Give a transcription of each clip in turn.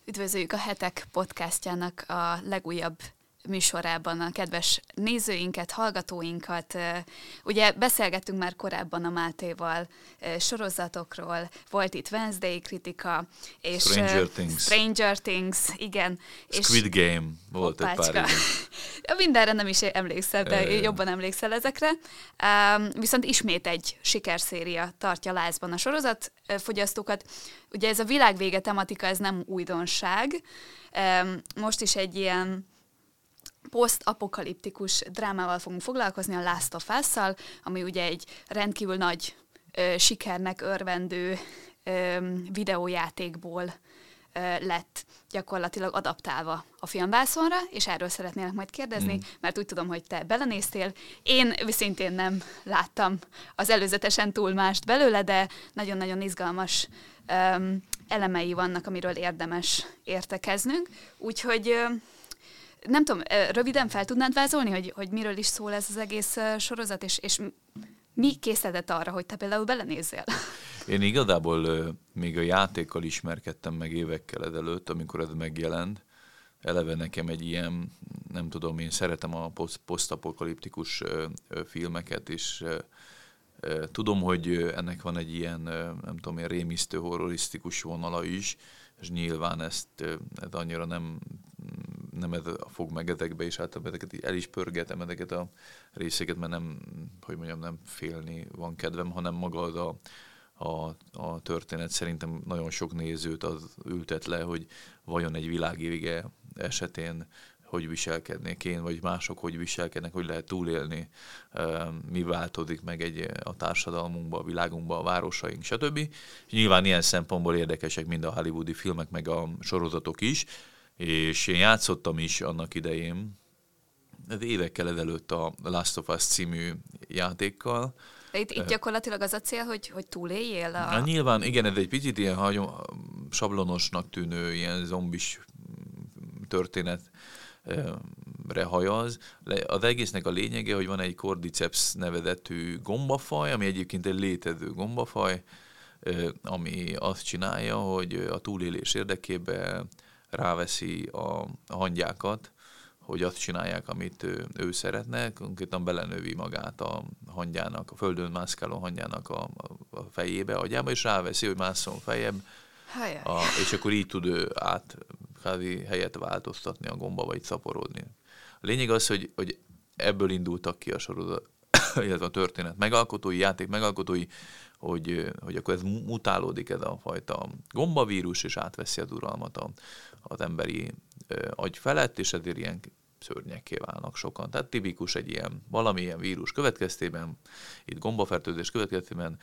Üdvözöljük a Hetek podcastjának a legújabb műsorában a kedves nézőinket, hallgatóinkat. Ugye beszélgettünk már korábban a Mátéval sorozatokról, volt itt Wednesday kritika, és Stranger Things, igen. Squid Game volt egy pár éve. Mindenre nem is emlékszel, de jobban emlékszel ezekre. Viszont ismét egy sikerszéria tartja lázban a sorozatfogyasztókat. Ugye ez a világvége tematika, ez nem újdonság. Most is egy ilyen posztapokaliptikus drámával fogunk foglalkozni, a Last of Us-szal, ami ugye egy rendkívül nagy sikernek örvendő videójátékból lett gyakorlatilag adaptálva a filmvászonra, és erről szeretnélek majd kérdezni, mert úgy tudom, hogy te belenéztél. Én viszintén nem láttam az előzetesen túl mást belőle, de nagyon-nagyon izgalmas elemei vannak, amiről érdemes értekeznünk. Úgyhogy nem tudom, röviden fel tudnád vázolni, hogy miről is szól ez az egész sorozat, és mi készített arra, hogy te például belenézzél? Én igazából még a játékkal ismerkedtem meg évekkel ezelőtt, amikor ez megjelent. Eleve nekem egy ilyen, nem tudom, én szeretem a posztapokaliptikus filmeket, és tudom, hogy ennek van egy ilyen, nem tudom, ilyen rémisztő, horrorisztikus vonala is, és nyilván ez annyira nem ez fog meg ezekbe, és általában ezeket el is pörgetem, ezeket a részeket, mert nem, hogy mondjam, nem félni van kedvem, hanem maga az a történet szerintem nagyon sok nézőt az ültet le, hogy vajon egy világvége esetén hogy viselkednék én, vagy mások hogy viselkednek, hogy lehet túlélni, mi változik meg a társadalmunkban, a világunkban, a városaink, stb. És nyilván ilyen szempontból érdekesek mind a hollywoodi filmek, meg a sorozatok is, és én játszottam is annak idején, évekkel ezelőtt a Last of Us című játékkal. Itt gyakorlatilag az a cél, hogy túléljél? Na, nyilván, igen, ez egy picit ilyen sablonosnak tűnő, ilyen zombis történetre hajaz. Az egésznek a lényege, hogy van egy Cordyceps nevezetű gombafaj, ami egyébként egy létező gombafaj, ami azt csinálja, hogy a túlélés érdekében ráveszi a hangyákat, hogy azt csinálják, amit ő szeretne, konkrétan belenövi magát a hangyának, a földön mászkáló hangyának a fejébe, agyába, és ráveszi, hogy másszon feljebb, és akkor így tud ő helyet változtatni a gomba, vagy szaporodni. A lényeg az, hogy ebből indultak ki a sorozat, illetve a történet megalkotói, játék megalkotói, hogy akkor ez mutálódik ez a fajta gombavírus, és átveszi az uralmat az emberi agy felett, és ezért ilyen szörnyekké válnak sokan. Tehát tipikus egy ilyen valamilyen vírus következtében, itt gombafertőzés következtében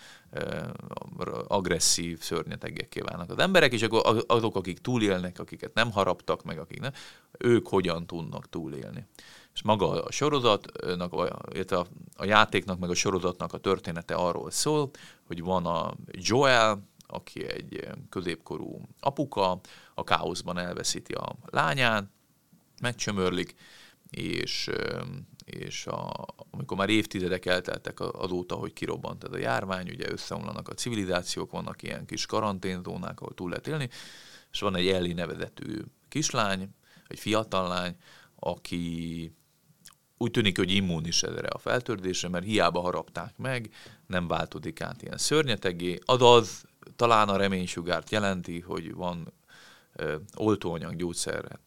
agresszív szörnyetegekké válnak az emberek, és akkor azok, akik túlélnek, akiket nem haraptak meg, akik nem, ők hogyan tudnak túlélni. És maga a sorozatnak, illetve a játéknak, meg a sorozatnak a története arról szól, hogy van a Joel, aki egy középkorú apuka, a káoszban elveszíti a lányát, megcsömörlik, és amikor már évtizedek elteltek azóta, hogy kirobbant ez a járvány, ugye összeomlanak a civilizációk, vannak ilyen kis karanténzónák, ahol túl lehet élni, és van egy Ellie nevezetű kislány, egy fiatal lány, aki úgy tűnik, hogy immunis erre a feltördésre, mert hiába harapták meg, nem változik át ilyen szörnyetegé, azaz talán a reménysugárt jelenti, hogy van oltóanyag, gyógyszer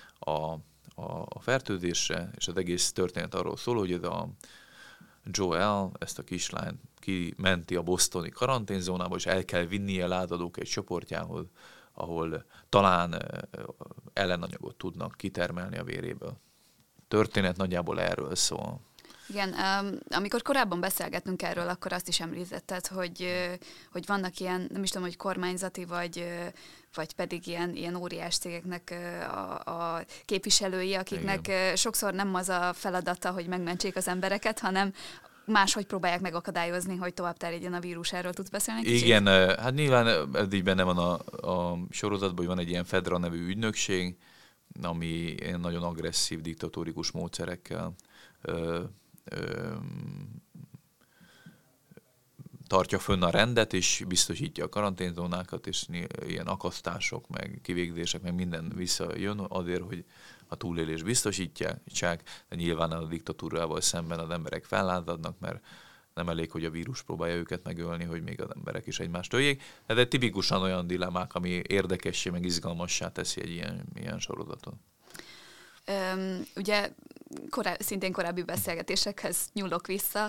a fertőzésre, és az egész történet arról szól, hogy ez a Joel, ezt a kislányt kimenti a bostoni karanténzónába, és el kell vinnie lázadók egy csoportjához, ahol talán ellenanyagot tudnak kitermelni a véréből. Történet nagyjából erről szól. Igen, amikor korábban beszélgettünk erről, akkor azt is említetted, hogy vannak ilyen, nem is tudom, hogy kormányzati, vagy pedig ilyen óriás cégeknek a képviselői, akiknek sokszor nem az a feladata, hogy megmentsék az embereket, hanem máshogy próbálják megakadályozni, hogy tovább terjedjen a vírus. Erről tudsz beszélni kicsit? Igen, hát nyilván ez így benne van a sorozatban, hogy van egy ilyen Fedra nevű ügynökség, ami ilyen nagyon agresszív, diktatórikus módszerekkel tartja fönn a rendet, és biztosítja a karanténzónákat, és ilyen akasztások, meg kivégzések, meg minden visszajön azért, hogy a túlélés biztosítják, de nyilván a diktatúrával szemben az emberek fellázadnak, mert nem elég, hogy a vírus próbálja őket megölni, hogy még az emberek is egymást öljék. Ez egy tipikusan olyan dilemmák, ami érdekessé, meg izgalmassá teszi egy ilyen sorozatot. Ugye szintén korábbi beszélgetésekhez nyúlok vissza.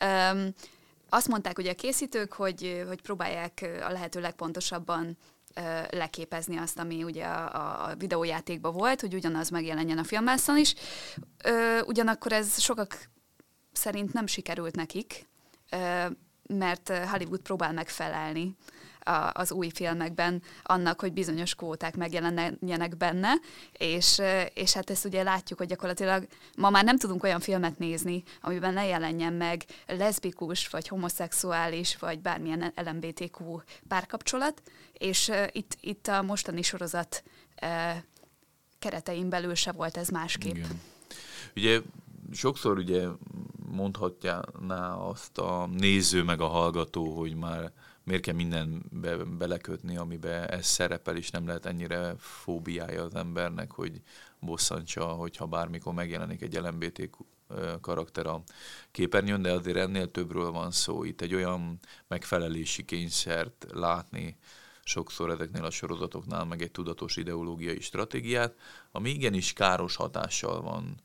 Azt mondták ugye a készítők, hogy próbálják a lehető legpontosabban leképezni azt, ami ugye a videójátékban volt, hogy ugyanaz megjelenjen a filmvászon is. Ugyanakkor ez sokak szerint nem sikerült nekik, mert Hollywood próbál megfelelni az új filmekben annak, hogy bizonyos kvóták megjelenjenek benne, és hát ezt ugye látjuk, hogy gyakorlatilag ma már nem tudunk olyan filmet nézni, amiben ne jelenjen meg leszbikus, vagy homoszexuális, vagy bármilyen LMBTQ párkapcsolat, és itt a mostani sorozat keretein belül se volt ez másképp. Igen. Ugye sokszor ugye mondhatná azt a néző meg a hallgató, hogy már miért kell mindenbe belekötni, amiben ez szerepel, és nem lehet ennyire fóbiája az embernek, hogy bosszantsa, hogyha bármikor megjelenik egy LMBTQ karakter a képernyőn, de azért ennél többről van szó. Itt egy olyan megfelelési kényszert látni sokszor ezeknél a sorozatoknál, meg egy tudatos ideológiai stratégiát, ami igenis káros hatással van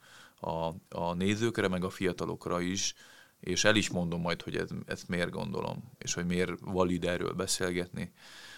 a nézőkre, meg a fiatalokra is, és el is mondom majd, hogy ezt miért gondolom, és hogy miért valid erről beszélgetni.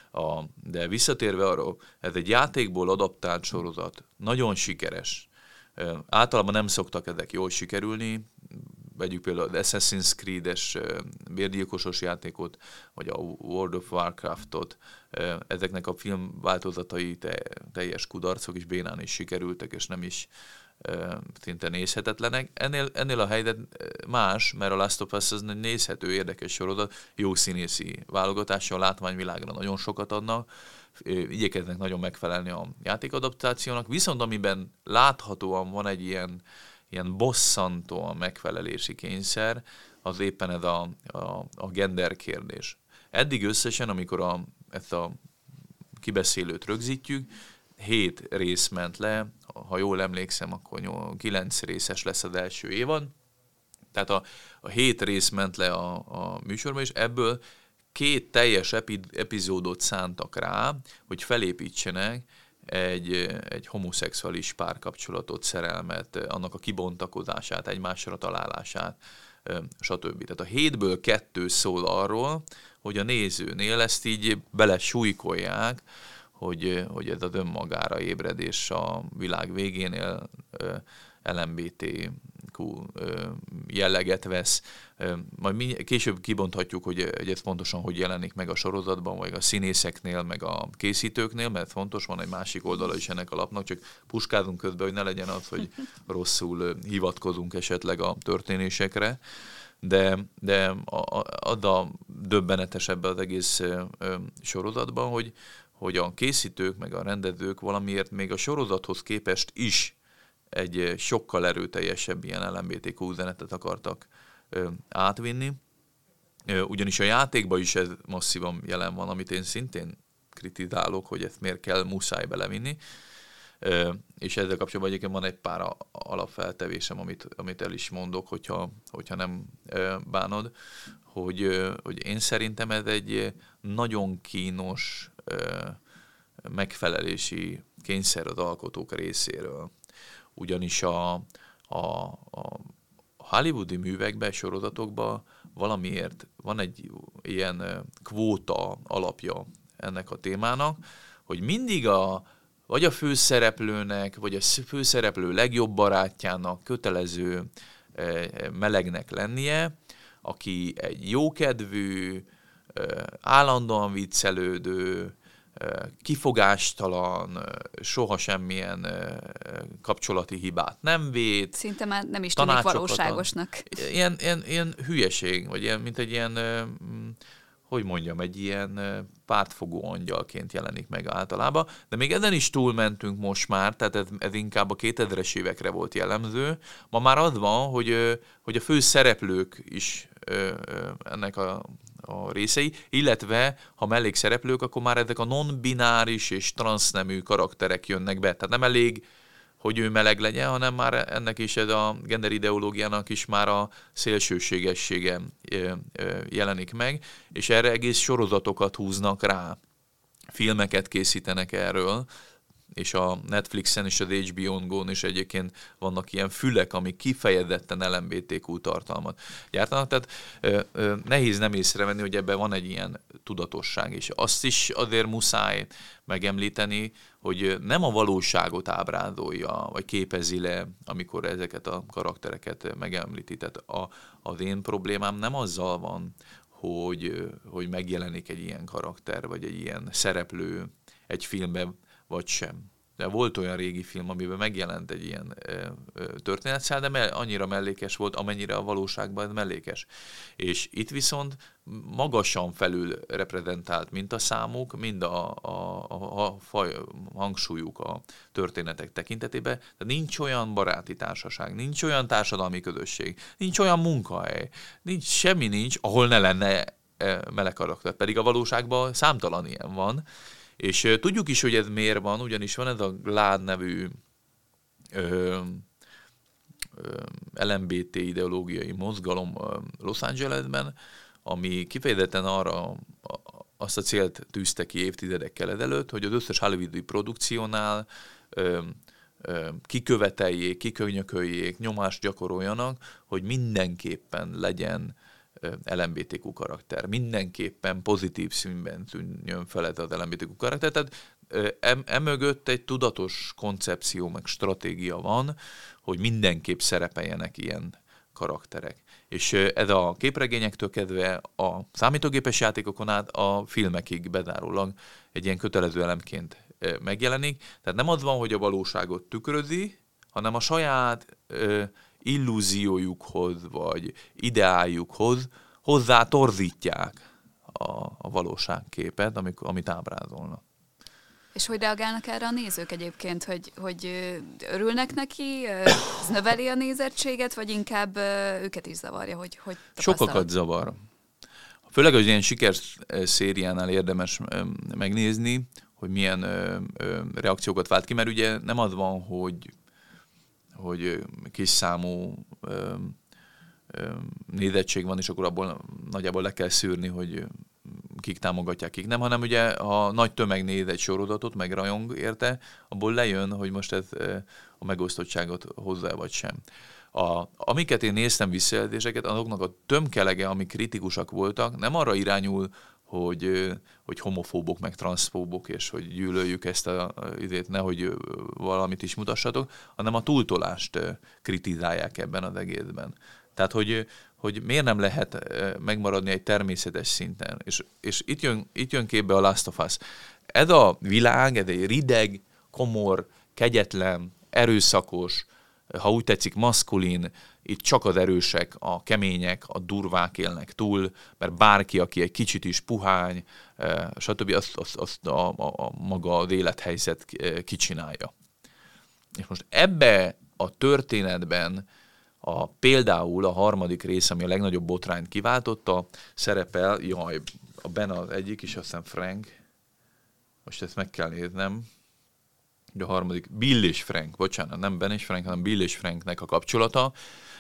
De visszatérve arra, ez egy játékból adaptált sorozat, nagyon sikeres. Általában nem szoktak ezek jól sikerülni, vegyük például az Assassin's Creed-es bérgyilkosos játékot, vagy a World of Warcraft-ot. Ezeknek a filmváltozatai teljes kudarcok, és bénán is sikerültek, és nem is szinte nézhetetlenek. Ennél a helyzet más, mert a Last of Us az egy nézhető, érdekes sorozat, jó színészi válogatással, a látványvilágra nagyon sokat adnak, igyekeznek nagyon megfelelni a játékadaptációnak, viszont amiben láthatóan van egy ilyen bosszantó megfelelési kényszer, az éppen ez a gender kérdés. Eddig összesen, amikor ezt a kibeszélőt rögzítjük, 7 rész ment le, ha jól emlékszem, akkor 9 részes lesz az első évad. Tehát a 7 rész ment le a műsorba, és ebből 2 teljes epizódot szántak rá, hogy felépítsenek egy homoszexuális párkapcsolatot, szerelmet, annak a kibontakozását, egymásra találását, stb. Tehát a 7-ből 2 szól arról, hogy a nézőnél ezt így belesújkolják, hogy ez az önmagára ébredés a világ végénél LMBTQ jelleget vesz. Majd később kibonthatjuk, hogy ez pontosan hogy jelenik meg a sorozatban, vagy a színészeknél, meg a készítőknél, mert fontos, van egy másik oldala is ennek a lapnak, csak puskázunk közben, hogy ne legyen az, hogy rosszul hivatkozunk esetleg a történésekre. De az a döbbenetesebb az egész sorozatban, hogy a készítők meg a rendezők valamiért még a sorozathoz képest is egy sokkal erőteljesebb ilyen LMBTQ üzenetet akartak átvinni. Ugyanis a játékban is ez masszívan jelen van, amit én szintén kritizálok, hogy ezt miért kell muszáj belevinni. És ezzel kapcsolatban egyébként van egy pár alapfeltevésem, amit el is mondok, hogyha nem bánod, hogy én szerintem ez egy nagyon kínos megfelelési kényszer az alkotók részéről. Ugyanis a hollywoodi művekben, sorozatokban valamiért van egy ilyen kvóta alapja ennek a témának, hogy mindig vagy a főszereplőnek, vagy a főszereplő legjobb barátjának kötelező melegnek lennie, aki egy jókedvű, állandóan viccelődő, kifogástalan, soha semmilyen kapcsolati hibát nem véd. Szinte már nem is tűnik valóságosnak. Ilyen hülyeség, vagy ilyen, mint egy ilyen, hogy mondjam, egy ilyen pártfogó angyalként jelenik meg általában. De még ezen is túlmentünk most már, tehát ez inkább a 2000-es évekre volt jellemző. Ma már az van, hogy a fő szereplők is ennek a részei, illetve ha mellékszereplők, akkor már ezek a non-bináris és transznemű karakterek jönnek be. Tehát nem elég, hogy ő meleg legyen, hanem már ennek is ez a genderideológiának is már a szélsőségessége jelenik meg, és erre egész sorozatokat húznak rá. Filmeket készítenek erről, és a Netflixen és az HBO Go-n is egyébként vannak ilyen fülek, amik kifejezetten LMBTQ tartalmat gyártanak, tehát nehéz nem észrevenni, hogy ebben van egy ilyen tudatosság, és azt is azért muszáj megemlíteni, hogy nem a valóságot ábrázolja, vagy képezi le, amikor ezeket a karaktereket megemlíti. Tehát az én problémám nem azzal van, hogy megjelenik egy ilyen karakter, vagy egy ilyen szereplő egy filmben, vagy sem. De volt olyan régi film, amiben megjelent egy ilyen történetszál, de annyira mellékes volt, amennyire a valóságban mellékes. És itt viszont magasan felül reprezentált mind a számuk, mind a hangsúlyuk a történetek tekintetében. De nincs olyan baráti társaság, nincs olyan társadalmi közösség, nincs olyan munkahely, semmi nincs, ahol ne lenne meleg karakter. Pedig a valóságban számtalan ilyen van. És tudjuk is, hogy ez miért van, ugyanis van ez a GLAAD nevű LMBT ideológiai mozgalom Los Angelesben, ami kifejezetten arra azt a célt tűzte ki évtizedekkel ezelőtt, hogy az összes hollywoodi produkciónál kiköveteljék, kikönyököljék, nyomást gyakoroljanak, hogy mindenképpen legyen LMBTQ karakter. Mindenképpen pozitív színben tűnjön fel ez az LMBTQ karakter. Tehát emögött egy tudatos koncepció, meg stratégia van, hogy mindenképp szerepeljenek ilyen karakterek. És ez a képregényektől kezdve a számítógépes játékokon át a filmekig bezárólag egy ilyen kötelező elemként megjelenik. Tehát nem az van, hogy a valóságot tükrözi, hanem a saját illúziójukhoz, vagy ideájukhoz hozzá torzítják a valóságképet, amit ábrázolnak. És hogy reagálnak erre a nézők egyébként, hogy örülnek neki, ez növeli a nézettséget, vagy inkább őket is zavarja, hogy sokakat zavar. Főleg az ilyen sikerszériánál érdemes megnézni, hogy milyen reakciókat vált ki, mert ugye nem az van, hogy kis számú nézettség van, és akkor abból nagyjából le kell szűrni, hogy kik támogatják, kik nem, hanem ugye ha nagy tömeg néz egy sorozatot, meg rajong érte, abból lejön, hogy most ez a megosztottságot hozzá vagy sem. Amiket én néztem visszajelzéseket, azoknak a tömkelege, amik kritikusak voltak, nem arra irányul, hogy homofóbok, meg transzfóbok, és hogy gyűlöljük ezt izét, nehogy valamit is mutassatok, hanem a túltolást kritizálják ebben az egészben. Tehát, hogy miért nem lehet megmaradni egy természetes szinten. És itt jön képbe a Last of Us. Ez a világ, ez egy rideg, komor, kegyetlen, erőszakos, ha úgy tetszik, maszkulin, itt csak az erősek, a kemények, a durvák élnek túl, mert bárki, aki egy kicsit is puhány, stb. Azt a maga az élethelyzet kicsinálja. És most ebbe a történetben például a harmadik rész, ami a legnagyobb botrányt kiváltotta, szerepel, a Ben az egyik is, azt hiszem Frank, most ezt meg kell néznem, de a harmadik, Bill és Frank, bocsánat, nem Ben és Frank, hanem Bill és Franknek a kapcsolata.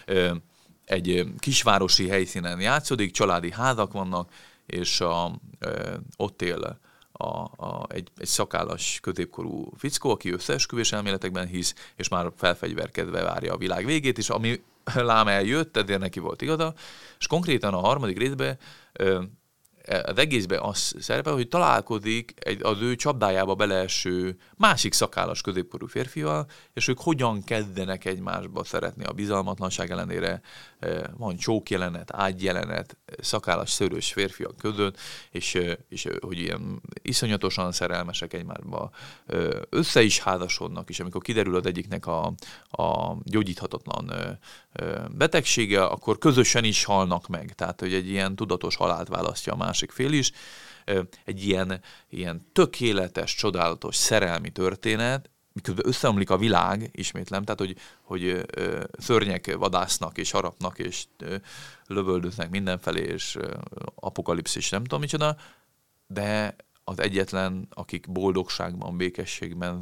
Egy kisvárosi helyszínen játszódik, családi házak vannak, és ott él egy szakállas középkorú fickó, aki összeesküvés elméletekben hisz, és már felfegyverkedve várja a világ végét, és ami lám eljött, ezért neki volt igaza, és konkrétan a harmadik részben az egészben az szerepel, hogy találkozik az ő csapdájába beleeső másik szakállas középkorú férfival, és ők hogyan kezdenek egymásba szeretni a bizalmatlanság ellenére. Van csókjelenet, ágyjelenet, szakállas szőrös férfiak között, és hogy ilyen iszonyatosan szerelmesek egymásba. Össze is házasodnak, és amikor kiderül az egyiknek a gyógyíthatatlan betegsége, akkor közösen is halnak meg. Tehát, hogy egy ilyen tudatos halált választja a másik fél is. Egy ilyen tökéletes, csodálatos szerelmi történet, miközben összeomlik a világ, ismétlem, tehát hogy szörnyek vadásznak, és harapnak, és lövöldöznek mindenfelé, és apokalipszis, nem tudom micsoda, de az egyetlen, akik boldogságban, békességben,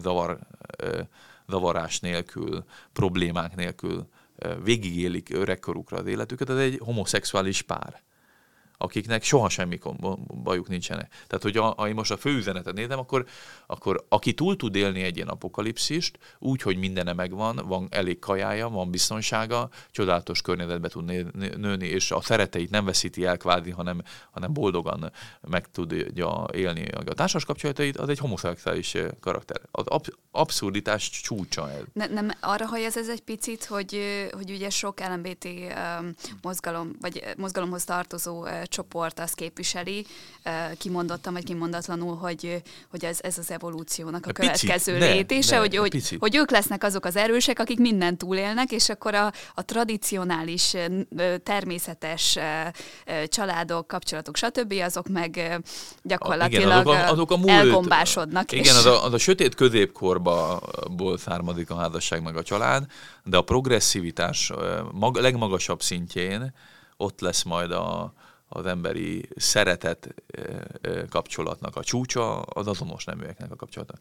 zavarás nélkül, problémák nélkül végigélik öregkorukra az életüket, ez egy homoszexuális pár, akiknek soha semmi bajuk nincsenek. Tehát, ha én most a főüzenetet nézem, akkor aki túl tud élni egy ilyen apokalipszist, úgy, hogy mindene megvan, van elég kajája, van biztonsága, csodálatos környezetbe tud nőni, és a szereteit nem veszíti el kvázi, hanem boldogan meg tudja élni a társas kapcsolatait, az egy homoszexuális karakter. Az abszurditás csúcsa ez. Nem arra hajaz ez egy picit, hogy ugye sok LMBT mozgalom, vagy mozgalomhoz tartozó csoport azt képviseli, kimondottan vagy kimondatlanul, hogy ez az evolúciónak a következő lépése, hogy ők lesznek azok az erősek, akik mindent túlélnek, és akkor a tradicionális, természetes családok, kapcsolatok, stb. Azok meg gyakorlatilag azok elgombásodnak. Igen, az a sötét középkorból származik a házasság meg a család, de a progresszivitás legmagasabb szintjén ott lesz majd az emberi szeretet kapcsolatnak a csúcsa, az azonos neműeknek a kapcsolata.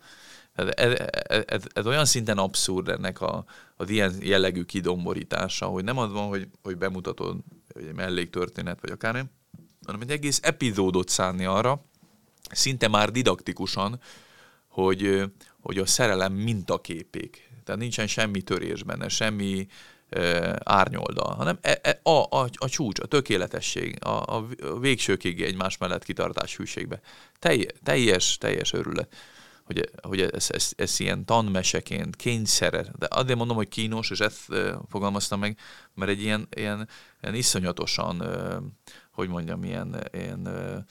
Ez olyan szinten abszurd ennek az ilyen jellegű kidomborítása, hogy nem az van, hogy bemutatod egy melléktörténet, vagy akármi, hanem egy egész epizódot szánni arra, szinte már didaktikusan, hogy a szerelem mintaképék. Tehát nincsen semmi törés benne, semmi árnyoldal, hanem a csúcs, a tökéletesség, a végsőkig egymás mellett kitartás hűségbe. Teljes őrület, hogy ez ilyen tanmeseként, kényszeres, de azért mondom, hogy kínos, és ezt fogalmaztam meg, mert egy ilyen iszonyatosan, hogy mondjam, ilyen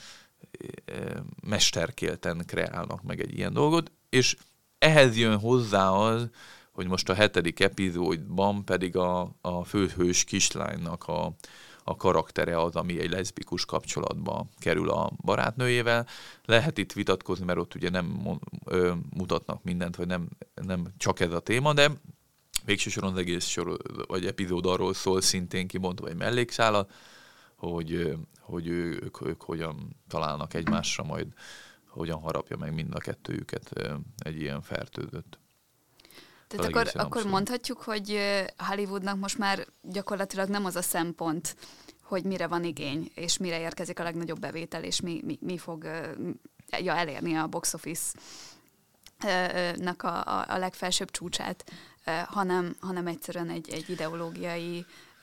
mesterkélten kreálnak meg egy ilyen dolgot, és ehhez jön hozzá az, hogy most a 7. epizódban pedig a főhős kislánynak a karaktere az, ami egy leszbikus kapcsolatba kerül a barátnőjével. Lehet itt vitatkozni, mert ott ugye nem mutatnak mindent, vagy nem csak ez a téma, de végső soron az egész vagy epizód arról szól, szintén kibontva egy mellékszálat, hogy ők hogyan találnak egymásra, majd hogyan harapja meg mind a kettőjüket egy ilyen fertőzött. Tehát akkor mondhatjuk, hogy Hollywoodnak most már gyakorlatilag nem az a szempont, hogy mire van igény, és mire érkezik a legnagyobb bevétel, és mi fog elérni a box office-nak a legfelsőbb csúcsát, hanem egyszerűen egy ideológiai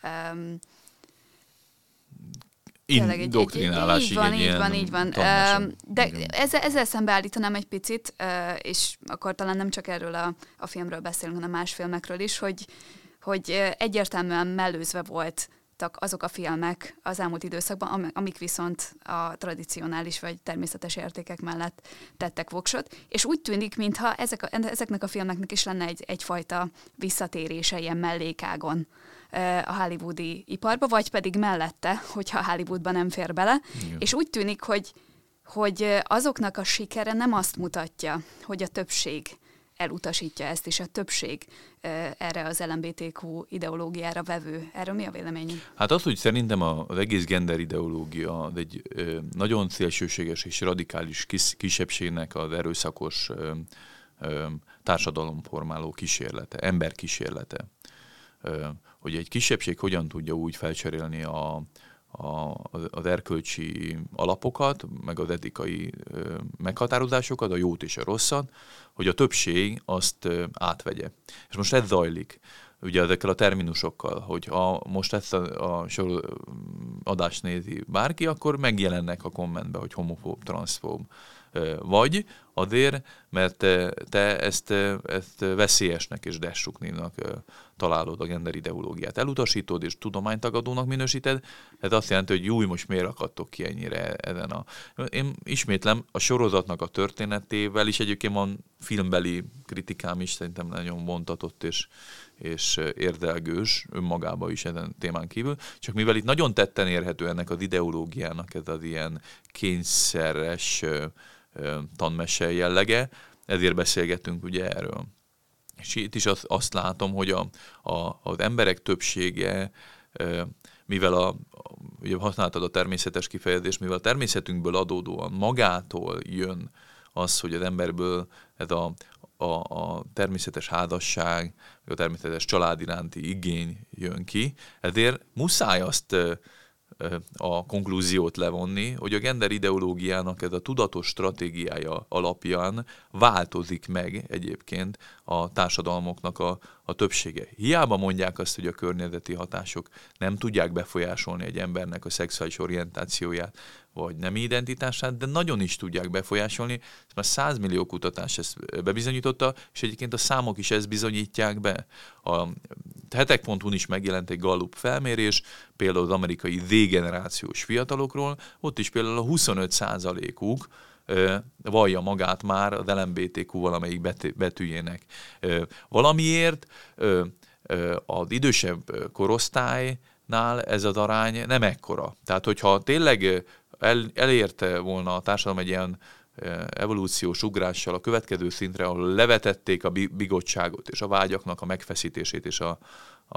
indoktrinálás. Így van. De ezzel szembeállítanám egy picit, és akkor talán nem csak erről a filmről beszélünk, hanem más filmekről is, hogy egyértelműen mellőzve voltak azok a filmek az elmúlt időszakban, amik viszont a tradicionális vagy természetes értékek mellett tettek voksot, és úgy tűnik, mintha ezeknek a filmeknek is lenne egyfajta visszatérése ilyen mellékágon a hollywoodi iparba, vagy pedig mellette, hogyha Hollywoodba nem fér bele. Igen. És úgy tűnik, hogy azoknak a sikere nem azt mutatja, hogy a többség elutasítja ezt, és a többség erre az LMBTQ ideológiára vevő. Erről mi a véleményünk? Hát az, hogy szerintem az egész gender ideológia egy nagyon szélsőséges és radikális kisebbségnek az erőszakos társadalomformáló kísérlete, emberkísérlete. Hogy egy kisebbség hogyan tudja úgy felcserélni az erkölcsi alapokat, meg az etikai meghatározásokat, a jót és a rosszat, hogy a többség azt átvegye. És most ez zajlik, ugye ezekkel a terminusokkal, hogyha most ezt a adást nézi bárki, akkor megjelennek a kommentbe, hogy homofób, transzfób. Vagy azért, mert te ezt veszélyesnek és destruktív találod a gender ideológiát. Elutasítod és tudománytagadónak minősíted, ez azt jelenti, hogy jó, most miért akadtok ki ennyire ezen Én ismétlem, a sorozatnak a történetével is egyébként van filmbeli kritikám is, szerintem nagyon vontatott és érzelgős önmagában is ezen témán kívül, csak mivel itt nagyon tetten érhető ennek az ideológiának ez az ilyen kényszeres tanmese jellege, ezért beszélgetünk ugye erről. És itt is azt látom, hogy az emberek többsége, mivel ugye használtad a természetes kifejezést, mivel a természetünkből adódóan magától jön az, hogy az emberből ez a természetes házasság, a természetes család iránti igény jön ki, ezért muszáj azt a konklúziót levonni, hogy a gender ideológiának ez a tudatos stratégiája alapján változik meg egyébként a társadalmoknak a többsége. Hiába mondják azt, hogy a környezeti hatások nem tudják befolyásolni egy embernek a szexuális orientációját, vagy nemi identitását, de nagyon is tudják befolyásolni. Ez már 100 millió kutatás ezt bebizonyította, és egyébként a számok is ezt bizonyítják be. A hetek.hu-n is megjelent egy Gallup felmérés, például az amerikai Z-generációs fiatalokról, ott is például a 25%-uk vallja magát már az LMBTQ valamelyik betűjének. Valamiért az idősebb korosztálynál ez az arány nem ekkora. Tehát, hogyha tényleg elérte volna a társadalom egy ilyen evolúciós ugrással a következő szintre, ahol levetették a bigottságot és a vágyaknak a megfeszítését és a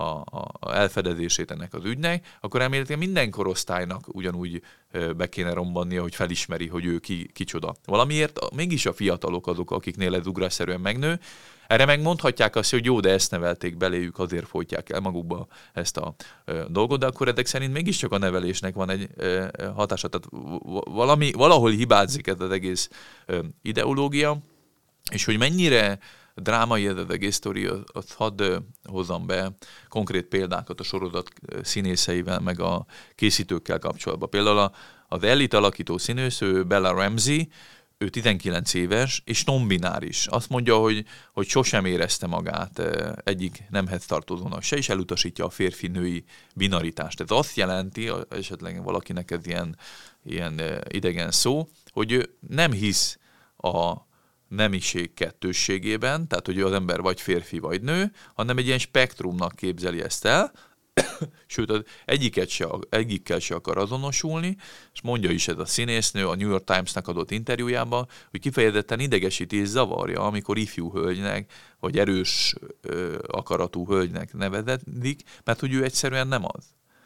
elfedezését ennek az ügynek, akkor elméletileg minden korosztálynak ugyanúgy be kéne rombannia, hogy felismeri, hogy ő kicsoda. Valamiért mégis a fiatalok azok, akiknél ez ugrásszerűen megnő. Erre megmondhatják azt, hogy jó, de ezt nevelték beléjük, azért folytják el magukba ezt a dolgot, de akkor ezek szerint mégiscsak a nevelésnek van egy hatása. Tehát valahol hibázik ez az egész ideológia, és hogy mennyire drámai ez az egész sztori, azt hadd hozzam be konkrét példákat a sorozat színészeivel, meg a készítőkkel kapcsolatban. Például az Ellie-t alakító színésznő, Bella Ramsey, ő 19 éves, és non-bináris. Azt mondja, hogy sosem érezte magát egyik nemhez tartozónak se, és elutasítja a férfi-női binaritást. Ez azt jelenti, esetleg valakinek ez ilyen idegen szó, hogy ő nem hisz a nemiség kettősségében, tehát hogy az ember vagy férfi, vagy nő, hanem egy ilyen spektrumnak képzeli ezt el, sőt, egyikkel se akar azonosulni, és mondja is ez a színésznő a New York Times-nak adott interjújában, hogy kifejezetten idegesíti és zavarja, amikor ifjú hölgynek, vagy erős akaratú hölgynek nevezedik, mert hogy ő egyszerűen nem az.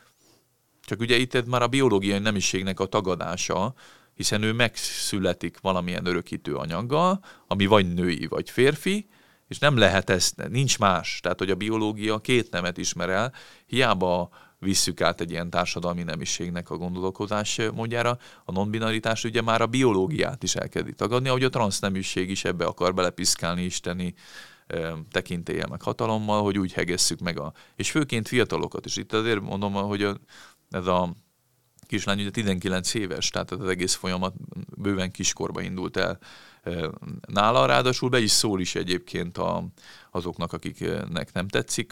Csak ugye itt ez már a biológiai nemiségnek a tagadása, hiszen ő megszületik valamilyen örökítő anyaggal, ami vagy női, vagy férfi, és nem lehet ez, nincs más. Tehát, hogy a biológia két nemet ismer el, hiába visszük át egy ilyen társadalmi nemiségnek a gondolkodás módjára, a non-binaritás ugye már a biológiát is elkezdi tagadni, ahogy a transzneműség is ebbe akar belepiszkálni isteni tekintéllyel meg hatalommal, hogy úgy hegesszük meg és főként fiatalokat is. Itt azért mondom, hogy ez a kislány ugye 19 éves, tehát az egész folyamat bőven kiskorba indult el nála, ráadásul be is szól is egyébként azoknak, akiknek nem tetszik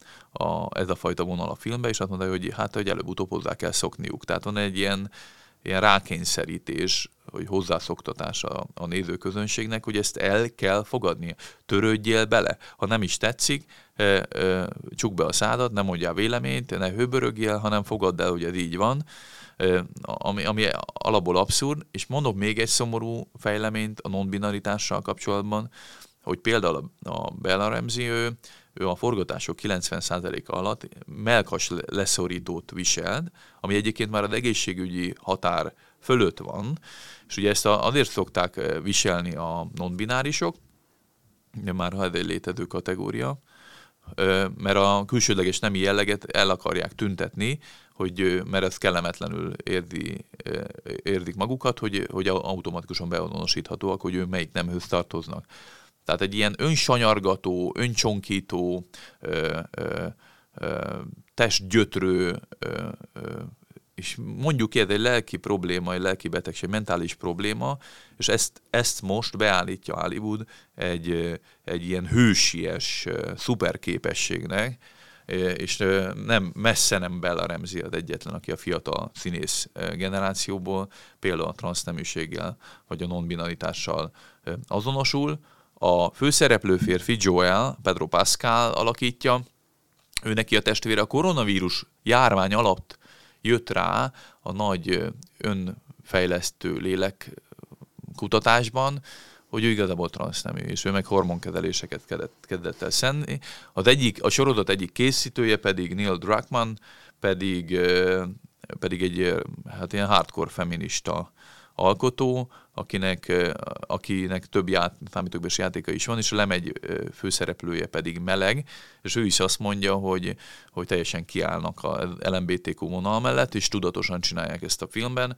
ez a fajta vonal a filmbe, és azt mondta, hogy előbb-utóbb hozzá kell szokniuk. Tehát van egy ilyen rákényszerítés, hogy hozzászoktatás a nézőközönségnek, hogy ezt el kell fogadni. Törődjél bele. Ha nem is tetszik, csukd be a szádat, ne mondjál véleményt, ne hőbörögjél, hanem fogadd el, hogy ez így van. Ami alapból abszurd, és mondok még egy szomorú fejleményt a non-binaritással kapcsolatban, hogy például a Bella Ramsey, ő a forgatások 90%-a alatt mellkas leszorítót viselt, ami egyébként már az egészségügyi határ fölött van, és ugye ezt azért szokták viselni a non-binárisok, már ha ez egy létező kategória, mert a külsődleges nemi jelleget el akarják tüntetni, mert ez kellemetlenül érzik magukat, hogy automatikusan beazonosíthatóak, hogy ő melyik nemhöz tartoznak. Tehát egy ilyen önsanyargató, öncsonkító, testgyötrő, és mondjuk ki, ez egy lelki probléma, egy lelki betegség, mentális probléma, és ezt most beállítja Hollywood egy ilyen hősies szuperképességnek, és messze nem Bella Ramsey az egyetlen, aki a fiatal színész generációból, például a transzneműséggel vagy a non-binaritással azonosul. A főszereplő férfi Joel, Pedro Pascal alakítja, ő neki a testvére a koronavírus járvány alatt jött rá a nagy önfejlesztő lélek kutatásban, hogy ő igazából transznemű, és ő meg hormonkezeléseket kezdett el szenni. A sorozat egyik készítője pedig Neil Druckmann, pedig egy hát ilyen hardcore feminista alkotó, akinek több számítógépes játéka is van, és a lemegy főszereplője pedig meleg, és ő is azt mondja, hogy teljesen kiállnak a LMBTQ vonal mellett, és tudatosan csinálják ezt a filmben,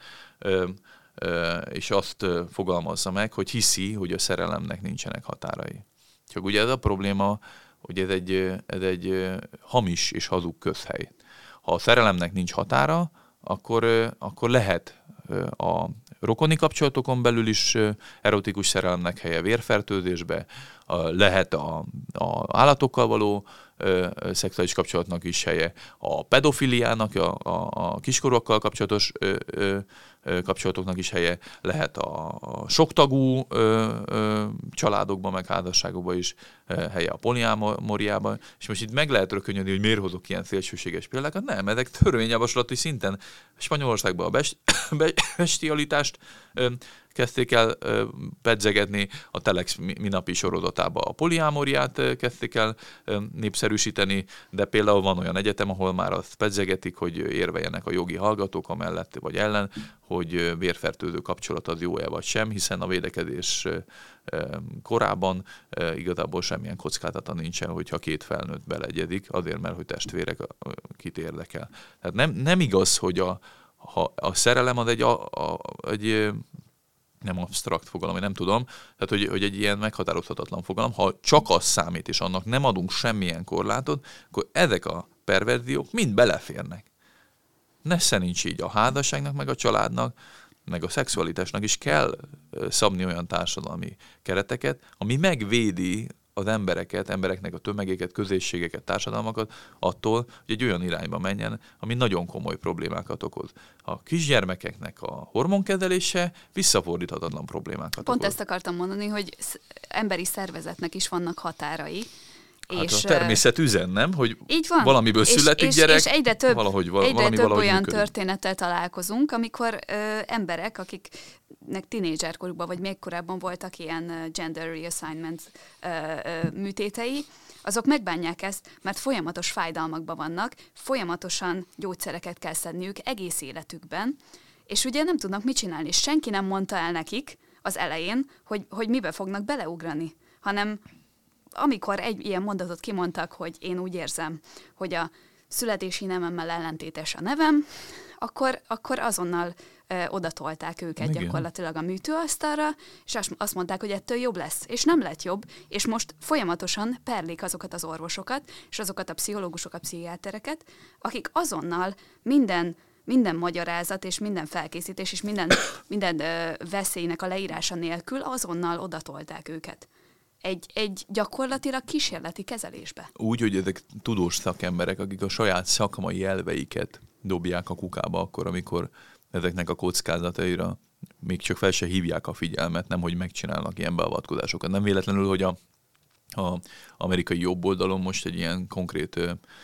és azt fogalmazza meg, hogy hiszi, hogy a szerelemnek nincsenek határai. Csak ugye ez a probléma, hogy ez egy hamis és hazug közhely. Ha a szerelemnek nincs határa, akkor lehet a rokoni kapcsolatokon belül is erotikus szerelemnek helye vérfertőzésbe, lehet a állatokkal való szexuális kapcsolatnak is helye, a pedofiliának, a kiskorúakkal kapcsolatos kapcsolatoknak is helye, lehet a soktagú családokban, meg házasságokban is helye, a poliámoriában, és most itt meg lehet rökönyödni, hogy miért hozok ilyen szélsőséges példákat. Nem, ezek törvényjavaslati szinten. Spanyolországban a bestialitást kezdték el pedzegetni, a Telex minapi sorozatában a poliámoriát kezdték el népszerűsíteni, de például van olyan egyetem, ahol már azt pedzegetik, hogy érveljenek a jogi hallgatók amellett vagy ellen, hogy vérfertőző kapcsolat az jó-e vagy sem, hiszen a védekezés korában igazából semmilyen kockázata nincsen, hogyha két felnőtt beleegyedik, azért, mert hogy testvérek kit érdekel. Tehát nem igaz, hogy a szerelem az egy nem absztrakt fogalom, én nem tudom, tehát hogy egy ilyen meghatározhatatlan fogalom, ha csak az számít, és annak nem adunk semmilyen korlátot, akkor ezek a perverziók mind beleférnek. Nesze nincs így a házasságnak, meg a családnak, meg a szexualitásnak is kell szabni olyan társadalmi kereteket, ami megvédi az embereknek a tömegeket, közösségeket, társadalmakat attól, hogy egy olyan irányba menjen, ami nagyon komoly problémákat okoz. A kisgyermekeknek a hormonkezelése visszafordíthatatlan problémákat Pont okoz. ezt akartam mondani, hogy emberi szervezetnek is vannak határai. Hát és a természet üzen, nem? Hogy így van. valamiből születik gyerek, és egyre több, valahogy olyan működik. történettel találkozunk, amikor emberek, akiknek tínédzserkorukban, vagy még korábban voltak ilyen gender reassignment műtétei, azok megbánják ezt, mert folyamatos fájdalmakban vannak, folyamatosan gyógyszereket kell szedniük egész életükben, és ugye nem tudnak mit csinálni. Senki nem mondta el nekik az elején, hogy mibe fognak beleugrani, hanem amikor egy ilyen mondatot kimondtak, hogy én úgy érzem, hogy a születési nememmel ellentétes a nevem, akkor azonnal odatolták őket gyakorlatilag a műtőasztalra, és azt mondták, hogy ettől jobb lesz. És nem lett jobb, és most folyamatosan perlik azokat az orvosokat, és azokat a pszichológusokat, pszichiátereket, akik azonnal minden magyarázat, és minden felkészítés, és minden veszélynek a leírása nélkül azonnal odatolták őket. Egy gyakorlatilag kísérleti kezelésbe. Úgy, hogy ezek tudós szakemberek, akik a saját szakmai elveiket dobják a kukába akkor, amikor ezeknek a kockázataira még csak fel se hívják a figyelmet, nem hogy megcsinálnak ilyen beavatkozásokat. Nem véletlenül, hogy a amerikai jobb oldalon most egy ilyen konkrét,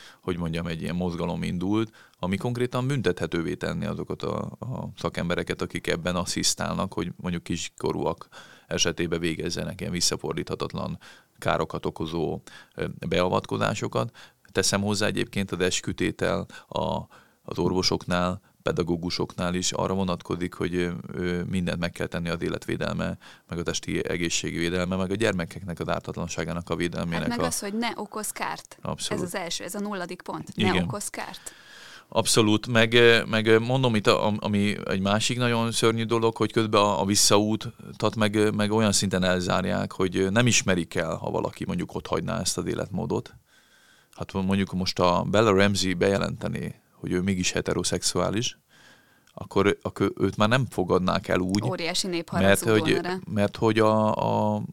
egy ilyen mozgalom indult, ami konkrétan büntethetővé tenni azokat a szakembereket, akik ebben asszisztálnak, hogy mondjuk kiskorúak esetében végezzenek ilyen visszafordíthatatlan károkat okozó beavatkozásokat. Teszem hozzá egyébként az eskütétel az orvosoknál, pedagógusoknál is arra vonatkozik, hogy mindent meg kell tenni az életvédelme, meg a testi egészségvédelme, meg a gyermekeknek az ártatlanságának a védelmének. Hát meg az, hogy ne okoz kárt. Abszolút. Ez az első, ez a 0. pont. Igen. Ne okoz kárt. Abszolút, meg mondom itt, ami egy másik nagyon szörnyű dolog, hogy közben a visszaútat meg olyan szinten elzárják, hogy nem ismerik el, ha valaki mondjuk ott hagyná ezt az életmódot. Hát mondjuk most a Bella Ramsey bejelenteni, hogy ő mégis heteroszexuális, akkor őt már nem fogadnák el úgy. Óriási népharagú volna rá. Mert hogy a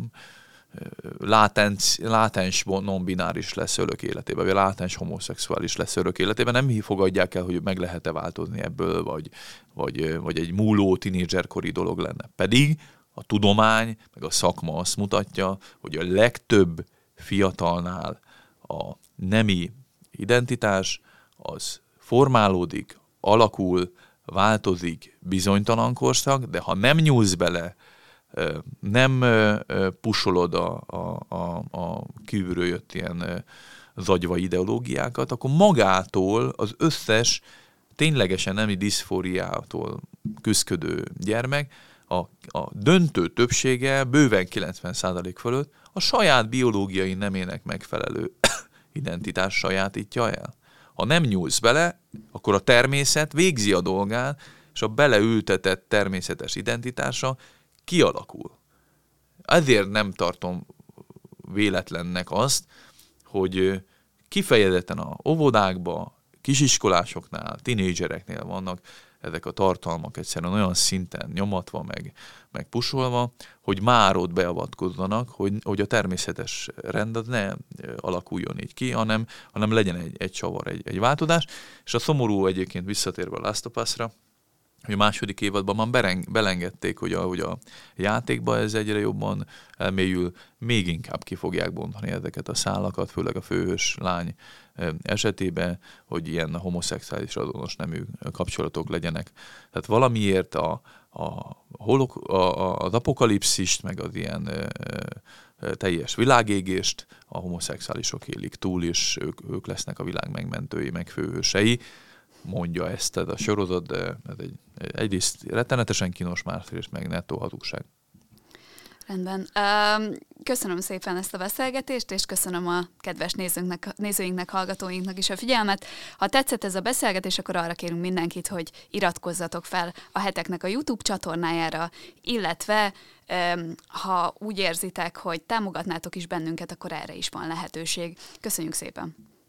látens non-bináris lesz örök életében, vagy látens homoszexuális lesz örök életében, nem fogadják el, hogy meg lehet-e változni ebből, vagy egy múló tínédzserkori dolog lenne. Pedig a tudomány, meg a szakma azt mutatja, hogy a legtöbb fiatalnál a nemi identitás az formálódik, alakul, változik, bizonytalan korszak, de ha nem nyúlsz bele nem pusolod a kívülről jött ilyen zagyva ideológiákat, akkor magától az összes ténylegesen nemi diszfóriától küszködő gyermek, a döntő többsége, bőven 90% fölött a saját biológiai nemének megfelelő identitás sajátítja el. Ha nem nyúlsz bele, akkor a természet végzi a dolgát, és a beleültetett természetes identitása kialakul. Ezért nem tartom véletlennek azt, hogy kifejezetten a óvodákban, kisiskolásoknál, tinédzsereknél vannak ezek a tartalmak egyszerűen olyan szinten nyomatva, meg pusolva, hogy már ott beavatkozzanak, hogy a természetes rend az ne alakuljon így ki, hanem legyen egy csavar, egy változás. És a szomorú egyébként visszatérve a Last of Us-ra, hogy a második évadban már belengedték, hogy a játékban ez egyre jobban elmélyül, még inkább ki fogják bontani ezeket a szálakat, főleg a főhős lány esetében, hogy ilyen homoszexuális azonos nemű kapcsolatok legyenek. Tehát valamiért az apokalipszist, meg az ilyen teljes világégést a homoszexuálisok élik túl, és ők lesznek a világ megmentői, meg főhősei. Mondja ezt a sorozat, de ez egyrészt rettenetesen kínos, másrészt meg nettó hazugság. Rendben. Köszönöm szépen ezt a beszélgetést, és köszönöm a kedves nézőinknek, hallgatóinknak is a figyelmet. Ha tetszett ez a beszélgetés, akkor arra kérünk mindenkit, hogy iratkozzatok fel a Heteknek a YouTube csatornájára, illetve ha úgy érzitek, hogy támogatnátok is bennünket, akkor erre is van lehetőség. Köszönjük szépen!